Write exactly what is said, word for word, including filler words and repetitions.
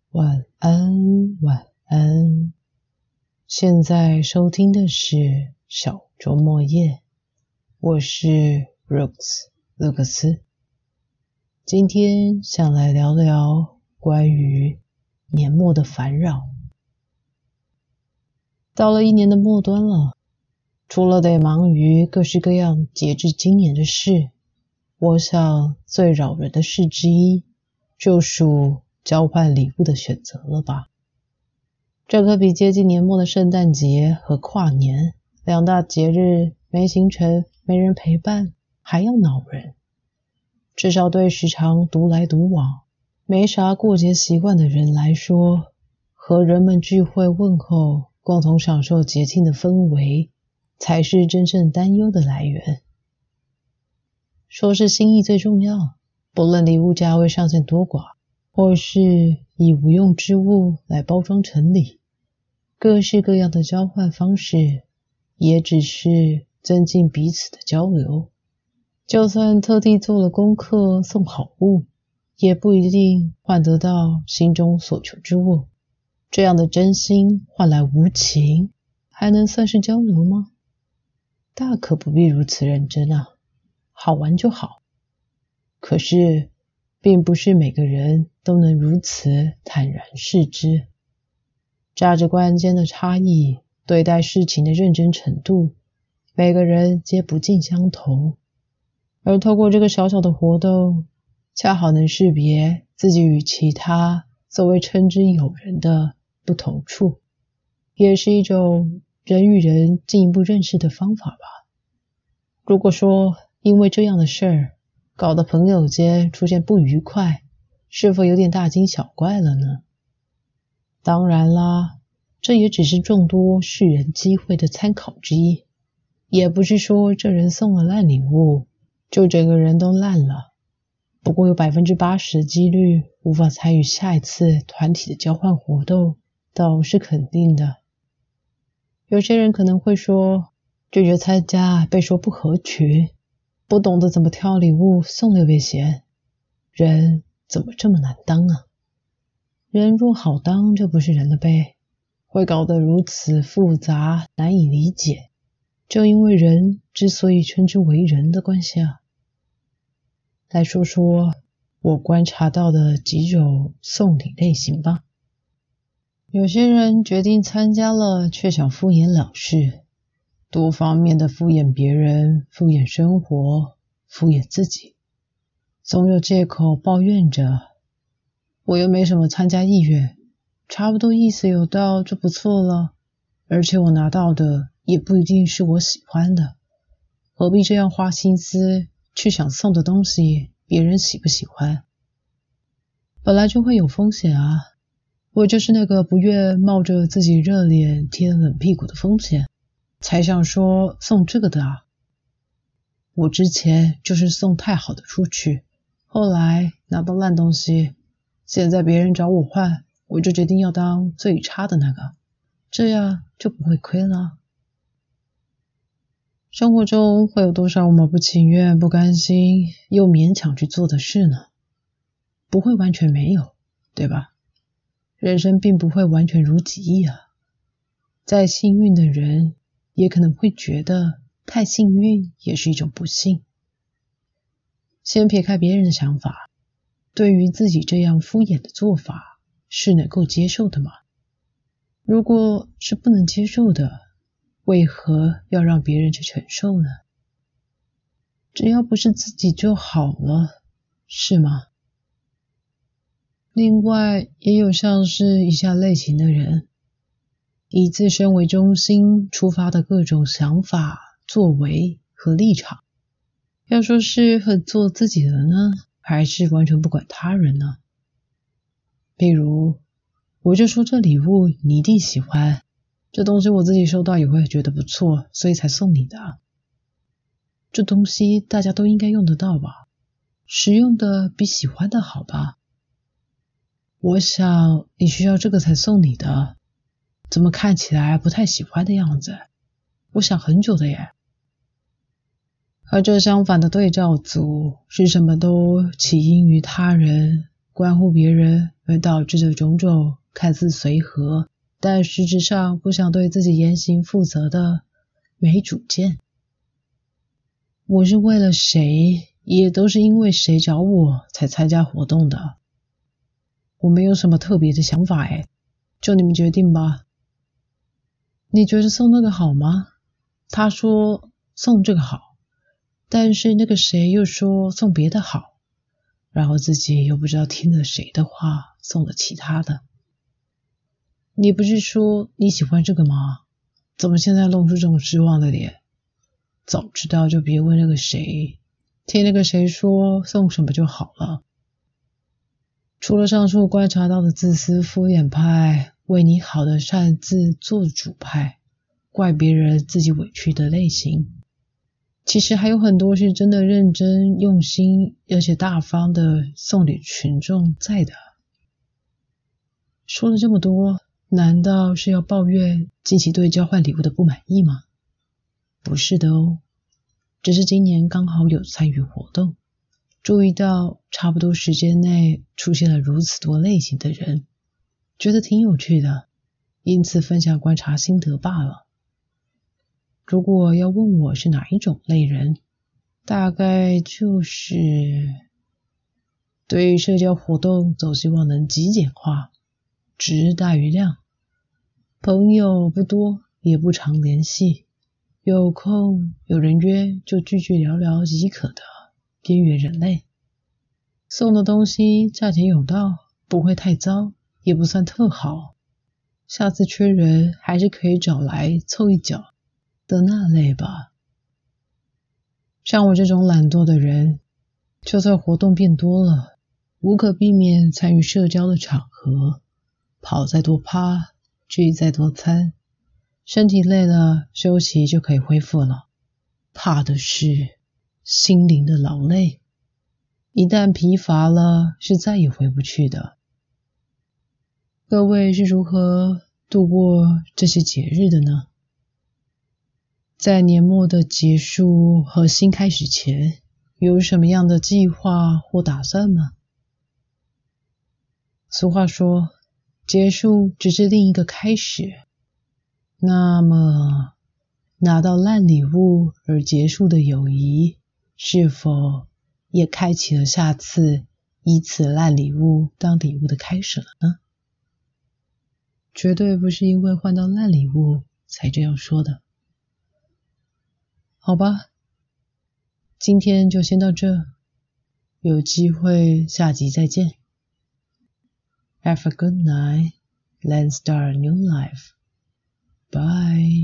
晚安，晚安。现在收听的是小周末夜，我是 Rooks 勒克斯。今天想来聊聊关于年末的烦扰。到了一年的末端了，除了得忙于各式各样截至今年的事，我想最扰人的事之一就属交换礼物的选择了吧。这可比接近年末的圣诞节和跨年两大节日没行程没人陪伴还要恼人。至少对时常独来独往没啥过节习惯的人来说，和人们聚会问候共同享受节庆的氛围才是真正担忧的来源。说是心意最重要，不论礼物价位上限多寡，或是以无用之物来包装成礼，各式各样的交换方式也只是增进彼此的交流。就算特地做了功课送好物，也不一定换得到心中所求之物。这样的真心换来无情，还能算是交流吗？大可不必如此认真啊，好玩就好。可是并不是每个人都能如此坦然视之。价值观间的差异，对待事情的认真程度，每个人皆不尽相同。而透过这个小小的活动，恰好能识别自己与其他所谓称之友人的不同处，也是一种人与人进一步认识的方法吧。如果说因为这样的事儿搞得朋友间出现不愉快，是否有点大惊小怪了呢？当然啦，这也只是众多世人机会的参考之一，也不是说这人送了烂礼物就整个人都烂了。不过有 百分之八十 的几率无法参与下一次团体的交换活动倒是肯定的。有些人可能会说，拒绝参加被说不合群，不懂得怎么挑礼物送了被嫌，人怎么这么难当啊？人若好当就不是人了呗，会搞得如此复杂难以理解，就因为人之所以称之为人的关系啊。来说说我观察到的几种送礼类型吧。有些人决定参加了却想敷衍了事，多方面的敷衍别人，敷衍生活，敷衍自己，总有借口抱怨着我又没什么参加意愿，差不多意思有到就不错了，而且我拿到的也不一定是我喜欢的，何必这样花心思去想送的东西别人喜不喜欢？本来就会有风险啊，我就是那个不愿冒着自己热脸贴冷屁股的风险才想说送这个的啊。我之前就是送太好的出去，后来拿到烂东西，现在别人找我换，我就决定要当最差的那个，这样就不会亏了。生活中会有多少我们不情愿、不甘心又勉强去做的事呢？不会完全没有，对吧？人生并不会完全如己意啊。再幸运的人也可能会觉得太幸运也是一种不幸。先撇开别人的想法，对于自己这样敷衍的做法是能够接受的吗？如果是不能接受的，为何要让别人去承受呢？只要不是自己就好了，是吗？另外也有像是以下类型的人，以自身为中心出发的各种想法、作为和立场，要说是很做自己的呢，还是完全不管他人呢？比如，我就说这礼物你一定喜欢，这东西我自己收到也会觉得不错，所以才送你的。这东西大家都应该用得到吧？实用的比喜欢的好吧？我想你需要这个才送你的，怎么看起来不太喜欢的样子？我想很久的耶。而这相反的对照组是什么都起因于他人，关乎别人， 而导致的种种看似随和，但实质上不想对自己言行负责的没主见。我是为了谁，也都是因为谁找我才参加活动的。我没有什么特别的想法诶，就你们决定吧。你觉得送那个好吗？他说送这个好，但是那个谁又说送别的好，然后自己又不知道听了谁的话送了其他的。你不是说你喜欢这个吗？怎么现在露出这种失望的脸？早知道就别问那个谁，听那个谁说送什么就好了。除了上述观察到的自私敷衍派，为你好的擅自做主派，怪别人自己委屈的类型，其实还有很多是真的认真用心而且大方的送礼群众在的。说了这么多，难道是要抱怨近期对交换礼物的不满意吗？不是的哦，只是今年刚好有参与活动，注意到差不多时间内出现了如此多类型的人，觉得挺有趣的，因此分享观察心得罢了。如果要问我是哪一种类人，大概就是对于社交活动总希望能极简化，质大于量，朋友不多也不常联系，有空有人约就聚聚聊聊即可的边缘人类。送的东西价钱有道，不会太糟，也不算特好，下次缺人还是可以找来凑一脚的那类吧。像我这种懒惰的人，就算活动变多了，无可避免参与社交的场合，跑再多趴，聚再多餐，身体累了休息就可以恢复了，怕的是心灵的劳累，一旦疲乏了是再也回不去的。各位是如何度过这些节日的呢？在年末的结束和新开始前，有什么样的计划或打算吗？俗话说，结束只是另一个开始。那么，拿到烂礼物而结束的友谊，是否也开启了下次以此烂礼物当礼物的开始了呢？绝对不是因为换到烂礼物才这样说的。好吧，今天就先到这，有机会下集再见。Have a good night, let's start a new life. Bye.